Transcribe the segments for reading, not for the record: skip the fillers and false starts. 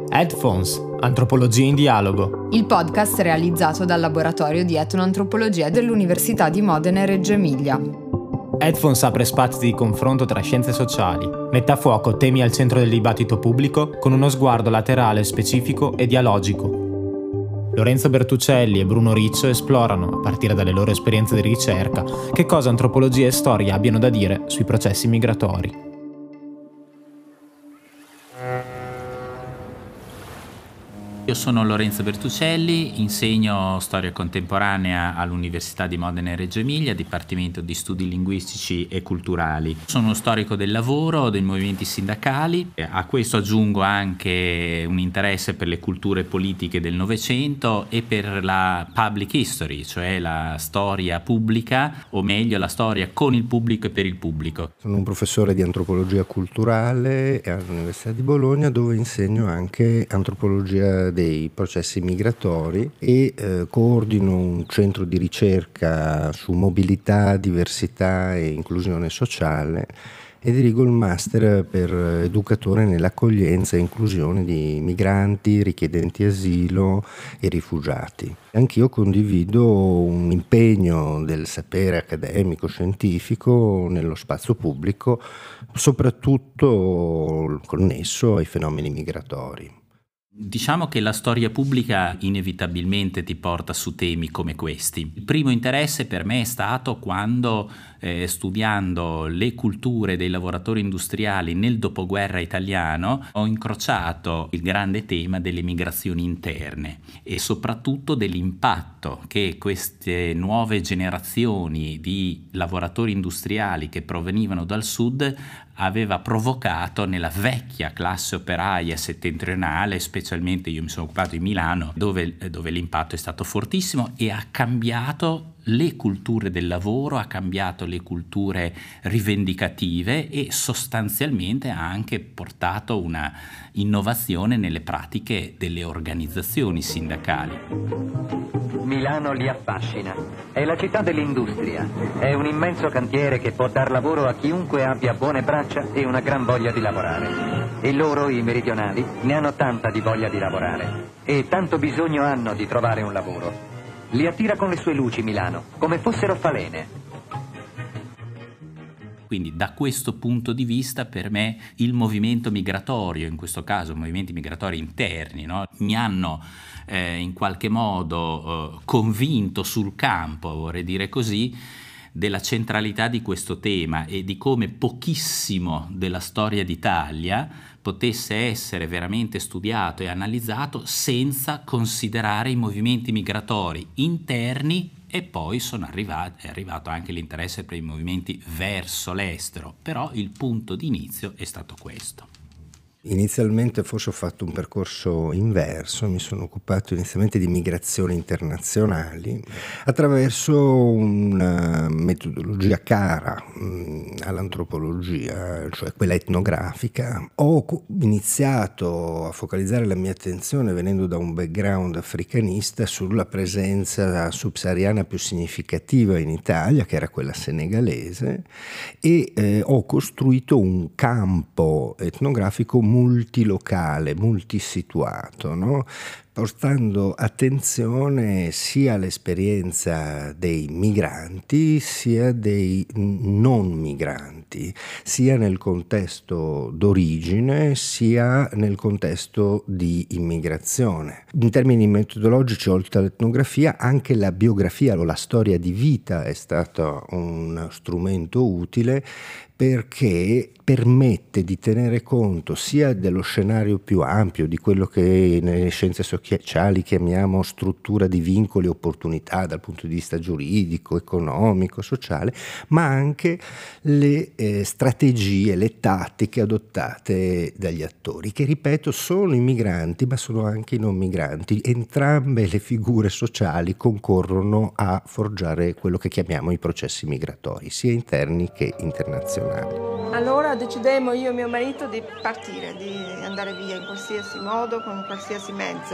Headphones, Antropologia in dialogo. Il podcast realizzato dal laboratorio di etnoantropologia dell'Università di Modena e Reggio Emilia. Headphones apre spazi di confronto tra scienze sociali, mette a fuoco temi al centro del dibattito pubblico con uno sguardo laterale, specifico e dialogico. Lorenzo Bertucelli e Bruno Riccio esplorano, a partire dalle loro esperienze di ricerca, che cosa antropologia e storia abbiano da dire sui processi migratori. Io sono Lorenzo Bertucelli, insegno storia contemporanea all'Università di Modena e Reggio Emilia, Dipartimento di Studi Linguistici e Culturali. Sono storico del lavoro, dei movimenti sindacali, a questo aggiungo anche un interesse per le culture politiche del Novecento e per la public history, cioè la storia pubblica, o meglio la storia con il pubblico e per il pubblico. Sono un professore di antropologia culturale all'Università di Bologna, dove insegno anche antropologia dei processi migratori e coordino un centro di ricerca su mobilità, diversità e inclusione sociale e dirigo il master per educatore nell'accoglienza e inclusione di migranti, richiedenti asilo e rifugiati. Anch'io condivido un impegno del sapere accademico, scientifico nello spazio pubblico, soprattutto connesso ai fenomeni migratori. Diciamo che la storia pubblica inevitabilmente ti porta su temi come questi. Il primo interesse per me è stato quando, studiando le culture dei lavoratori industriali nel dopoguerra italiano, ho incrociato il grande tema delle migrazioni interne e soprattutto dell'impatto che queste nuove generazioni di lavoratori industriali che provenivano dal sud aveva provocato nella vecchia classe operaia settentrionale, specialmente io mi sono occupato di Milano, dove l'impatto è stato fortissimo e ha cambiato le culture del lavoro, ha cambiato le culture rivendicative e sostanzialmente ha anche portato una innovazione nelle pratiche delle organizzazioni sindacali. Milano li affascina. È la città dell'industria. È un immenso cantiere che può dar lavoro a chiunque abbia buone braccia e una gran voglia di lavorare. E loro, i meridionali, ne hanno tanta di voglia di lavorare. E tanto bisogno hanno di trovare un lavoro. Li attira con le sue luci Milano, come fossero falene. Quindi da questo punto di vista per me il movimento migratorio, in questo caso movimenti migratori interni, no? Mi hanno in qualche modo convinto sul campo, vorrei dire così, della centralità di questo tema e di come pochissimo della storia d'Italia potesse essere veramente studiato e analizzato senza considerare i movimenti migratori interni. E poi è arrivato anche l'interesse per i movimenti verso l'estero, però il punto di inizio è stato questo. Inizialmente forse ho fatto un percorso inverso, mi sono occupato inizialmente di migrazioni internazionali attraverso una metodologia cara all'antropologia, cioè quella etnografica. Ho iniziato a focalizzare la mia attenzione, venendo da un background africanista, sulla presenza subsahariana più significativa in Italia, che era quella senegalese, e ho costruito un campo etnografico multilocale, multisituato, no? Portando attenzione sia all'esperienza dei migranti sia dei non migranti, sia nel contesto d'origine sia nel contesto di immigrazione. In termini metodologici, oltre all'etnografia, anche la biografia o la storia di vita è stato un strumento utile, perché permette di tenere conto sia dello scenario più ampio, di quello che nelle scienze sociali chiamiamo struttura di vincoli e opportunità dal punto di vista giuridico, economico, sociale, ma anche le strategie, le tattiche adottate dagli attori, che ripeto sono i migranti ma sono anche i non migranti. Entrambe le figure sociali concorrono a forgiare quello che chiamiamo i processi migratori, sia interni che internazionali. Allora decidemmo io e mio marito di partire, di andare via in qualsiasi modo, con qualsiasi mezzo.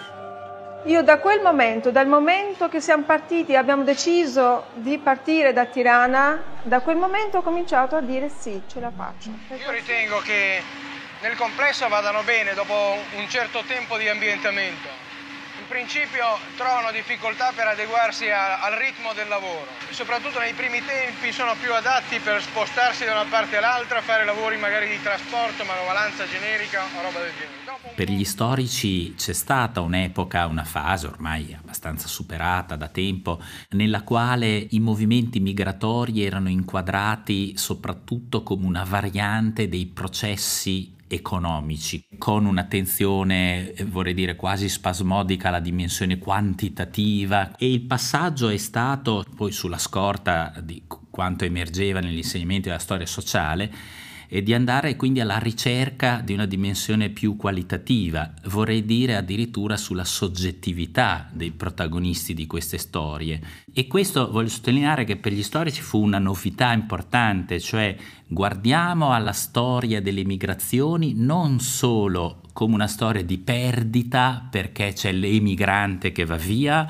Io da quel momento, dal momento che siamo partiti e abbiamo deciso di partire da Tirana, da quel momento ho cominciato a dire sì, ce la faccio. Io ritengo che nel complesso vadano bene dopo un certo tempo di ambientamento. In principio trovano difficoltà per adeguarsi al ritmo del lavoro e soprattutto nei primi tempi sono più adatti per spostarsi da una parte all'altra, fare lavori magari di trasporto, manovalanza generica o roba del genere. Per gli storici c'è stata un'epoca, una fase ormai abbastanza superata da tempo, nella quale i movimenti migratori erano inquadrati soprattutto come una variante dei processi economici, con un'attenzione, vorrei dire, quasi spasmodica alla dimensione quantitativa, e il passaggio è stato, poi sulla scorta di quanto emergeva negli insegnamenti della storia sociale, e di andare quindi alla ricerca di una dimensione più qualitativa, vorrei dire addirittura sulla soggettività dei protagonisti di queste storie. E questo voglio sottolineare che per gli storici fu una novità importante, cioè guardiamo alla storia delle migrazioni non solo come una storia di perdita perché c'è l'emigrante che va via,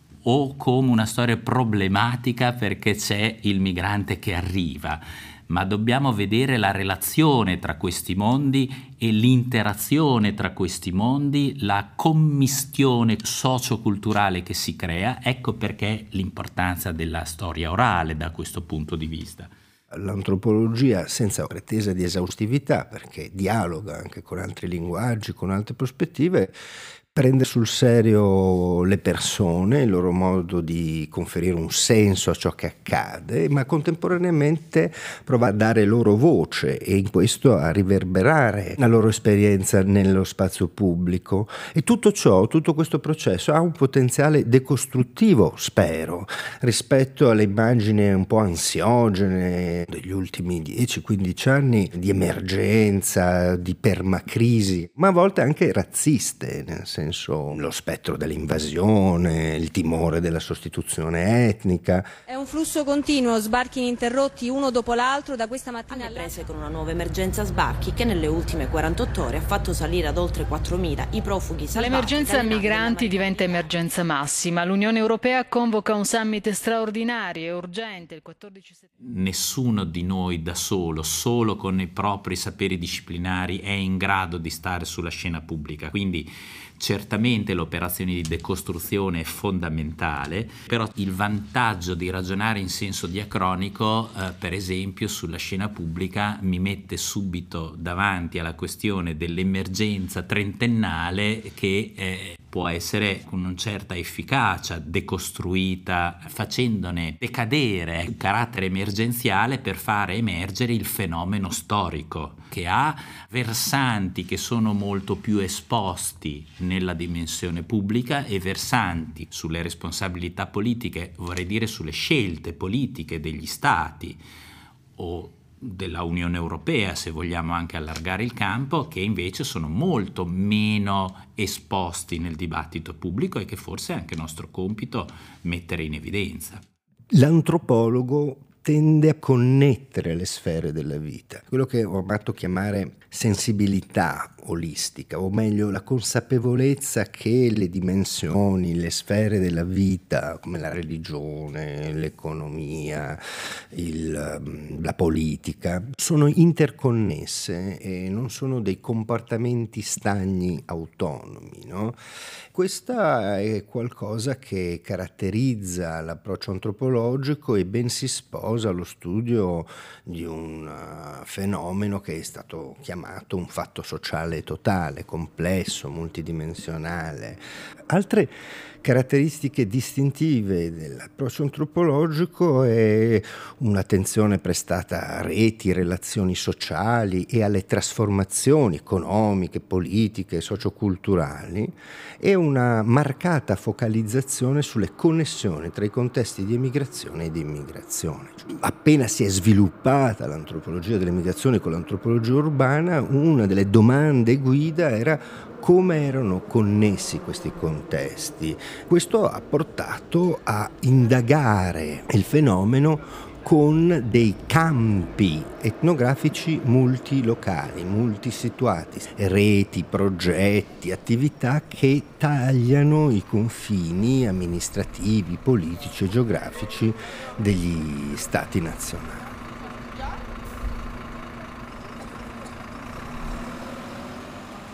o come una storia problematica perché c'è il migrante che arriva, ma dobbiamo vedere la relazione tra questi mondi e l'interazione tra questi mondi, la commistione socioculturale che si crea. Ecco perché l'importanza della storia orale da questo punto di vista. L'antropologia, senza pretesa di esaustività, perché dialoga anche con altri linguaggi, con altre prospettive, prende sul serio le persone, il loro modo di conferire un senso a ciò che accade, ma contemporaneamente prova a dare loro voce e in questo a riverberare la loro esperienza nello spazio pubblico. E tutto ciò, tutto questo processo ha un potenziale decostruttivo, spero, rispetto alle immagini un po' ansiogene degli ultimi 10-15 anni di emergenza, di permacrisi, ma a volte anche razziste, nel senso lo spettro dell'invasione, il timore della sostituzione etnica. È un flusso continuo, sbarchi ininterrotti uno dopo l'altro da questa mattina alle prese con una nuova emergenza sbarchi che nelle ultime 48 ore ha fatto salire ad oltre 4.000 i profughi salvati. L'emergenza migranti diventa emergenza massima. L'Unione Europea convoca un summit straordinario e urgente il 14 settembre. Nessuno di noi da solo con i propri saperi disciplinari è in grado di stare sulla scena pubblica, quindi certamente l'operazione di decostruzione è fondamentale, però il vantaggio di ragionare in senso diacronico, per esempio sulla scena pubblica, mi mette subito davanti alla questione dell'emergenza trentennale che può essere con una certa efficacia decostruita, facendone decadere il carattere emergenziale per fare emergere il fenomeno storico, che ha versanti che sono molto più esposti nella dimensione pubblica e versanti sulle responsabilità politiche, vorrei dire sulle scelte politiche degli Stati o della Unione Europea, se vogliamo anche allargare il campo, che invece sono molto meno esposti nel dibattito pubblico e che forse è anche nostro compito mettere in evidenza. L'antropologo tende a connettere le sfere della vita, quello che ho amato chiamare sensibilità olistica, o meglio la consapevolezza che le dimensioni, le sfere della vita, come la religione, l'economia, la politica, sono interconnesse e non sono dei comportamenti stagni autonomi, no? Questa è qualcosa che caratterizza l'approccio antropologico e ben si sposa allo studio di un fenomeno che è stato chiamato un fatto sociale totale, complesso, multidimensionale. Altre caratteristiche distintive dell'approccio antropologico è un'attenzione prestata a reti, relazioni sociali e alle trasformazioni economiche, politiche, socioculturali e una marcata focalizzazione sulle connessioni tra i contesti di emigrazione e di immigrazione. Appena si è sviluppata l'antropologia delle migrazioni con l'antropologia urbana, una delle domande guida era come erano connessi questi contesti. Questo ha portato a indagare il fenomeno con dei campi etnografici multilocali, multisituati, reti, progetti, attività che tagliano i confini amministrativi, politici e geografici degli stati nazionali.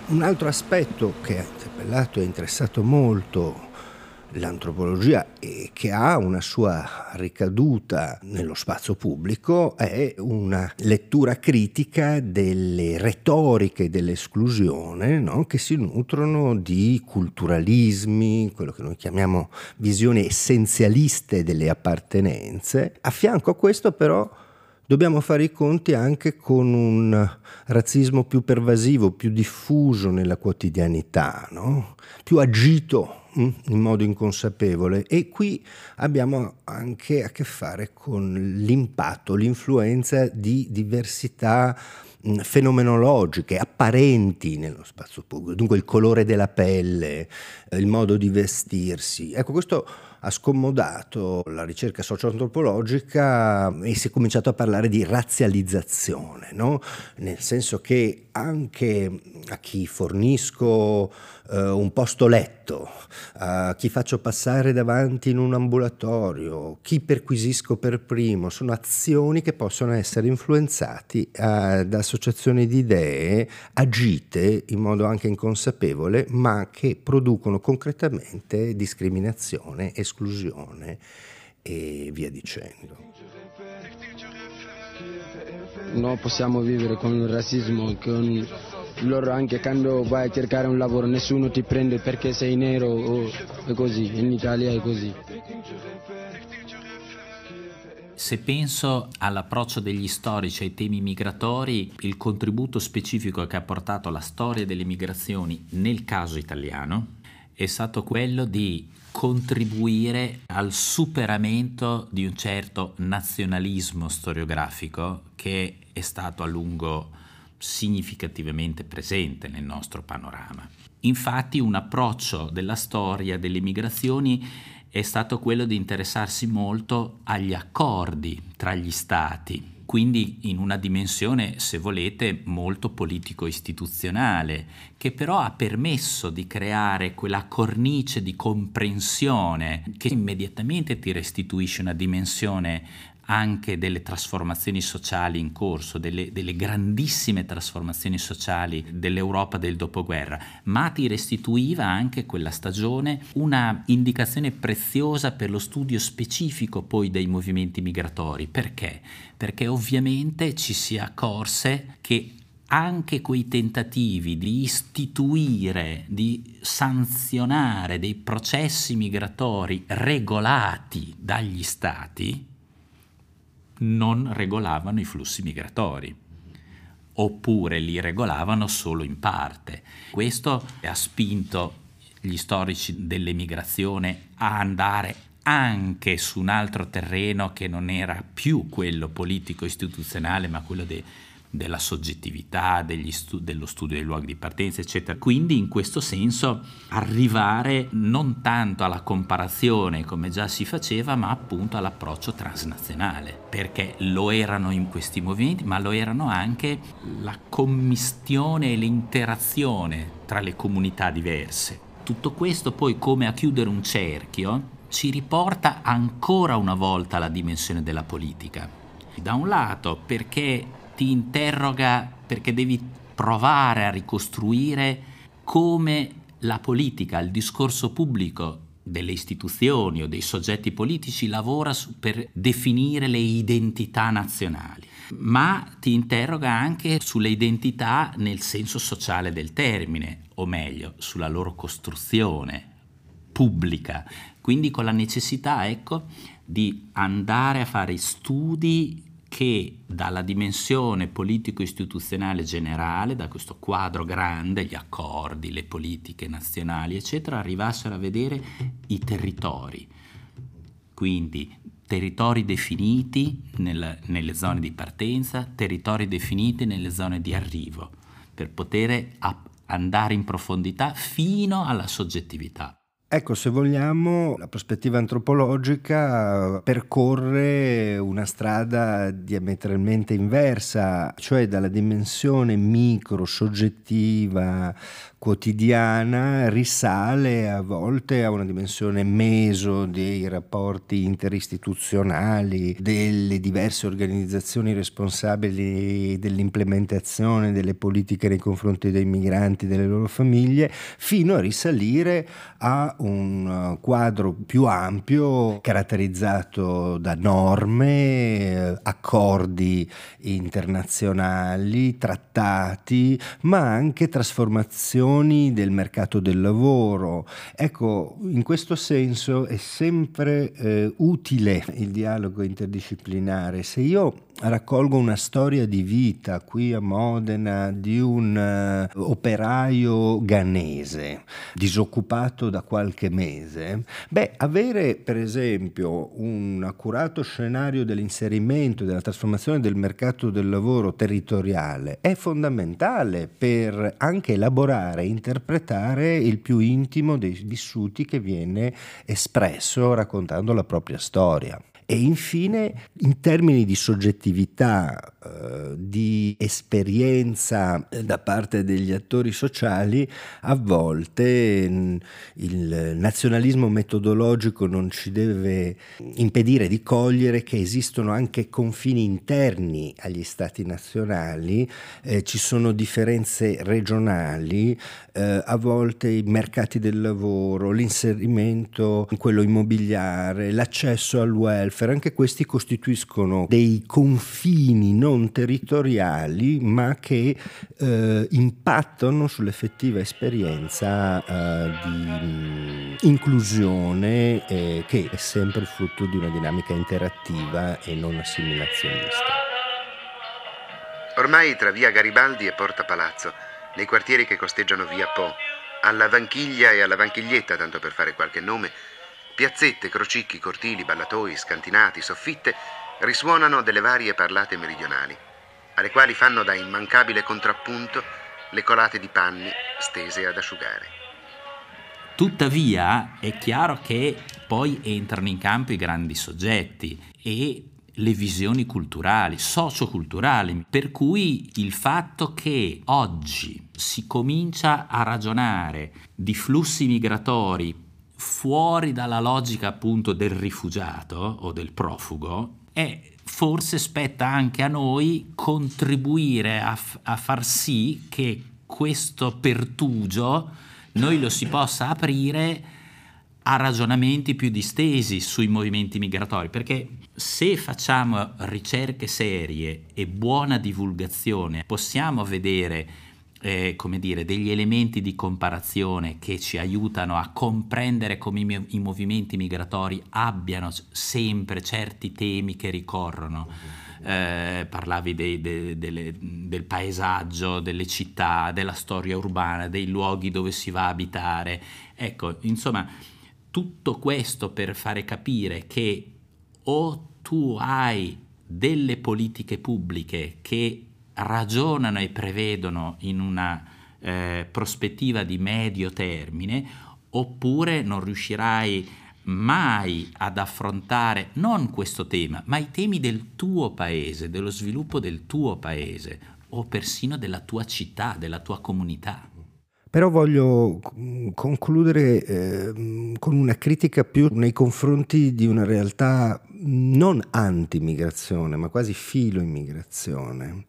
Un altro aspetto che ha interpellato e interessato molto l'antropologia e che ha una sua ricaduta nello spazio pubblico è una lettura critica delle retoriche dell'esclusione, no? Che si nutrono di culturalismi, quello che noi chiamiamo visioni essenzialiste delle appartenenze. A fianco a questo però dobbiamo fare i conti anche con un razzismo più pervasivo, più diffuso nella quotidianità, no? Più agito in modo inconsapevole, e qui abbiamo anche a che fare con l'impatto, l'influenza di diversità fenomenologiche apparenti nello spazio pubblico, dunque il colore della pelle, il modo di vestirsi. Ecco, questo ha scomodato la ricerca socio-antropologica e si è cominciato a parlare di razzializzazione, no? Nel senso che anche a chi fornisco un posto letto, a chi faccio passare davanti in un ambulatorio, chi perquisisco per primo, sono azioni che possono essere influenzati da associazioni di idee agite in modo anche inconsapevole, ma che producono concretamente discriminazione, esclusione e via dicendo. Non possiamo vivere con il razzismo, con loro anche quando vai a cercare un lavoro nessuno ti prende perché sei nero o è così, in Italia è così. Se penso all'approccio degli storici ai temi migratori, il contributo specifico che ha portato la storia delle migrazioni nel caso italiano è stato quello di contribuire al superamento di un certo nazionalismo storiografico che è stato a lungo significativamente presente nel nostro panorama. Infatti un approccio della storia delle migrazioni è stato quello di interessarsi molto agli accordi tra gli stati, quindi in una dimensione, se volete, molto politico-istituzionale, che però ha permesso di creare quella cornice di comprensione che immediatamente ti restituisce una dimensione anche delle trasformazioni sociali in corso, delle grandissime trasformazioni sociali dell'Europa del dopoguerra, ma ti restituiva anche quella stagione una indicazione preziosa per lo studio specifico poi dei movimenti migratori. Perché? Perché ovviamente ci si accorse che anche quei tentativi di istituire, di sanzionare dei processi migratori regolati dagli stati non regolavano i flussi migratori, oppure li regolavano solo in parte. Questo ha spinto gli storici dell'emigrazione a andare anche su un altro terreno che non era più quello politico-istituzionale, ma quello della soggettività, dello studio dei luoghi di partenza, eccetera. Quindi in questo senso arrivare non tanto alla comparazione come già si faceva, ma appunto all'approccio transnazionale, perché lo erano in questi movimenti, ma lo erano anche la commistione e l'interazione tra le comunità diverse. Tutto questo poi, come a chiudere un cerchio, ci riporta ancora una volta alla dimensione della politica. Da un lato perché ti interroga, perché devi provare a ricostruire come la politica, il discorso pubblico delle istituzioni o dei soggetti politici lavora per definire le identità nazionali, ma ti interroga anche sulle identità nel senso sociale del termine, o meglio, sulla loro costruzione pubblica, quindi con la necessità, ecco, di andare a fare studi che dalla dimensione politico-istituzionale generale, da questo quadro grande, gli accordi, le politiche nazionali, eccetera, arrivassero a vedere i territori. Quindi territori definiti nelle zone di partenza, territori definiti nelle zone di arrivo, per poter andare in profondità fino alla soggettività. Ecco, se vogliamo, la prospettiva antropologica percorre una strada diametralmente inversa, cioè dalla dimensione micro, soggettiva, quotidiana, risale a volte a una dimensione meso dei rapporti interistituzionali, delle diverse organizzazioni responsabili dell'implementazione delle politiche nei confronti dei migranti e delle loro famiglie, fino a risalire a un quadro più ampio caratterizzato da norme, accordi internazionali, trattati, ma anche trasformazioni del mercato del lavoro. Ecco, in questo senso è sempre utile il dialogo interdisciplinare. Se io raccolgo una storia di vita qui a Modena di un operaio ghanese disoccupato da qualche mese, avere per esempio un accurato scenario dell'inserimento, della trasformazione del mercato del lavoro territoriale è fondamentale per anche elaborare e interpretare il più intimo dei vissuti che viene espresso raccontando la propria storia. E infine, in termini di soggettività, di esperienza da parte degli attori sociali, a volte il nazionalismo metodologico non ci deve impedire di cogliere che esistono anche confini interni agli stati nazionali, ci sono differenze regionali, a volte i mercati del lavoro, l'inserimento in quello immobiliare, l'accesso al welfare, anche questi costituiscono dei confini non territoriali ma che impattano sull'effettiva esperienza di inclusione che è sempre il frutto di una dinamica interattiva e non assimilazionista. Ormai tra via Garibaldi e Porta Palazzo, nei quartieri che costeggiano via Po, alla Vanchiglia e alla Vanchiglietta, tanto per fare qualche nome, piazzette, crocicchi, cortili, ballatoi, scantinati, soffitte risuonano delle varie parlate meridionali, alle quali fanno da immancabile contrappunto le colate di panni stese ad asciugare. Tuttavia è chiaro che poi entrano in campo i grandi soggetti e le visioni culturali, socioculturali, per cui il fatto che oggi si comincia a ragionare di flussi migratori fuori dalla logica appunto del rifugiato o del profugo, forse spetta anche a noi contribuire a far sì che questo pertugio noi lo si possa aprire a ragionamenti più distesi sui movimenti migratori, perché se facciamo ricerche serie e buona divulgazione possiamo vedere degli elementi di comparazione che ci aiutano a comprendere come i movimenti migratori abbiano sempre certi temi che ricorrono. Parlavi del paesaggio, delle città, della storia urbana, dei luoghi dove si va a abitare. Ecco, insomma, tutto questo per fare capire che o tu hai delle politiche pubbliche che ragionano e prevedono in una prospettiva di medio termine, oppure non riuscirai mai ad affrontare non questo tema, ma i temi del tuo paese, dello sviluppo del tuo paese o persino della tua città, della tua comunità. Però voglio concludere con una critica più nei confronti di una realtà non anti-migrazione, ma quasi filo-immigrazione,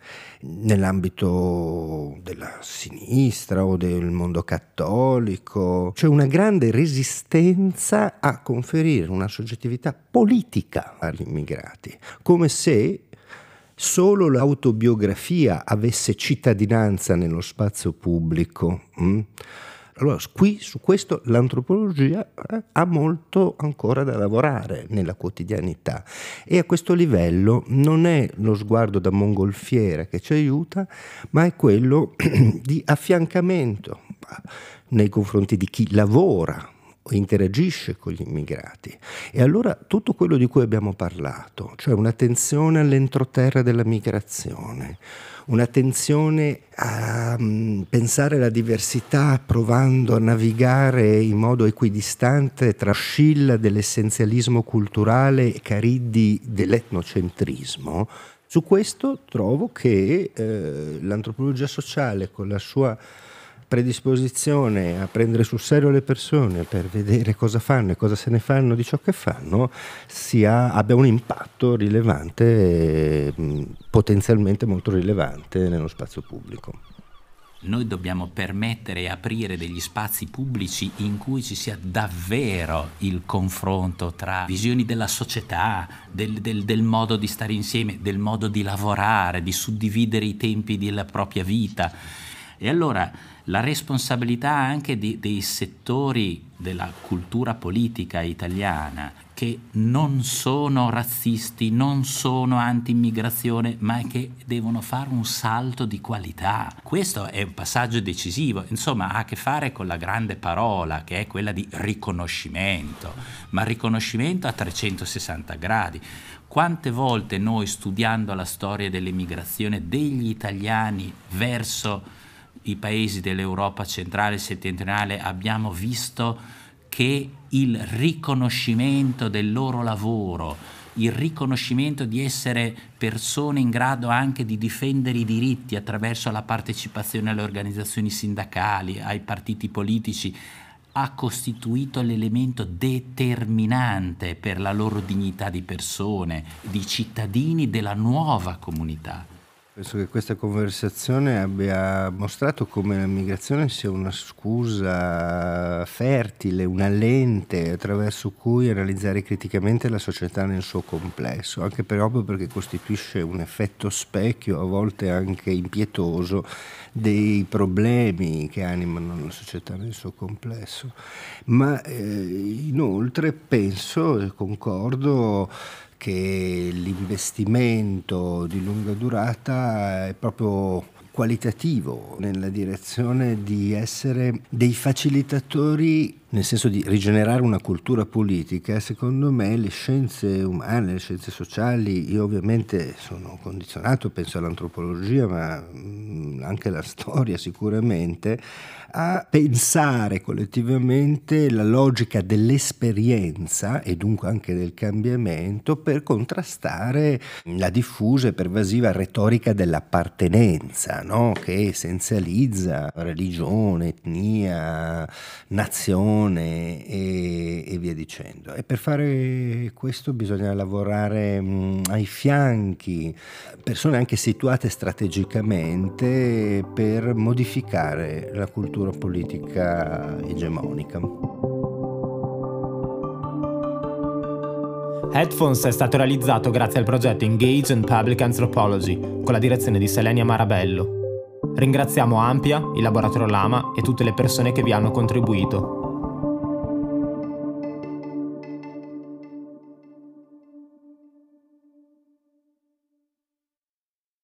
nell'ambito della sinistra o del mondo cattolico. C'è una grande resistenza a conferire una soggettività politica agli immigrati, come se solo l'autobiografia avesse cittadinanza nello spazio pubblico. Allora, qui su questo l'antropologia ha molto ancora da lavorare nella quotidianità, e a questo livello non è lo sguardo da mongolfiera che ci aiuta, ma è quello di affiancamento nei confronti di chi lavora interagisce con gli immigrati. E allora tutto quello di cui abbiamo parlato, cioè un'attenzione all'entroterra della migrazione, un'attenzione a pensare la diversità provando a navigare in modo equidistante tra Scilla dell'essenzialismo culturale e Cariddi dell'etnocentrismo, su questo trovo che l'antropologia sociale, con la sua predisposizione a prendere sul serio le persone per vedere cosa fanno e cosa se ne fanno di ciò che fanno, abbia un impatto rilevante, potenzialmente molto rilevante nello spazio pubblico. Noi dobbiamo permettere e aprire degli spazi pubblici in cui ci sia davvero il confronto tra visioni della società, del modo di stare insieme, del modo di lavorare, di suddividere i tempi della propria vita. E allora la responsabilità anche dei settori della cultura politica italiana, che non sono razzisti, non sono anti-immigrazione, ma che devono fare un salto di qualità. Questo è un passaggio decisivo, insomma ha a che fare con la grande parola che è quella di riconoscimento, ma riconoscimento a 360 gradi. Quante volte noi, studiando la storia dell'emigrazione degli italiani verso i paesi dell'Europa centrale e settentrionale, abbiamo visto che il riconoscimento del loro lavoro, il riconoscimento di essere persone in grado anche di difendere i diritti attraverso la partecipazione alle organizzazioni sindacali, ai partiti politici, ha costituito l'elemento determinante per la loro dignità di persone, di cittadini della nuova comunità. Penso che questa conversazione abbia mostrato come la migrazione sia una scusa fertile, una lente attraverso cui analizzare criticamente la società nel suo complesso, anche proprio perché costituisce un effetto specchio, a volte anche impietoso, dei problemi che animano la società nel suo complesso. Ma inoltre penso e concordo che l'investimento di lunga durata è proprio qualitativo, nella direzione di essere dei facilitatori, nel senso di rigenerare una cultura politica. Secondo me le scienze umane, le scienze sociali, io ovviamente sono condizionato, penso all'antropologia, ma anche alla storia sicuramente, a pensare collettivamente la logica dell'esperienza e dunque anche del cambiamento per contrastare la diffusa e pervasiva retorica dell'appartenenza, no? Che essenzializza religione, etnia, nazione e via dicendo. E per fare questo bisogna lavorare ai fianchi, persone anche situate strategicamente per modificare la cultura politica egemonica. Headphones è stato realizzato grazie al progetto Engage in Public Anthropology con la direzione di Selenia Marabello. Ringraziamo Ampia, il Laboratorio Lama e tutte le persone che vi hanno contribuito.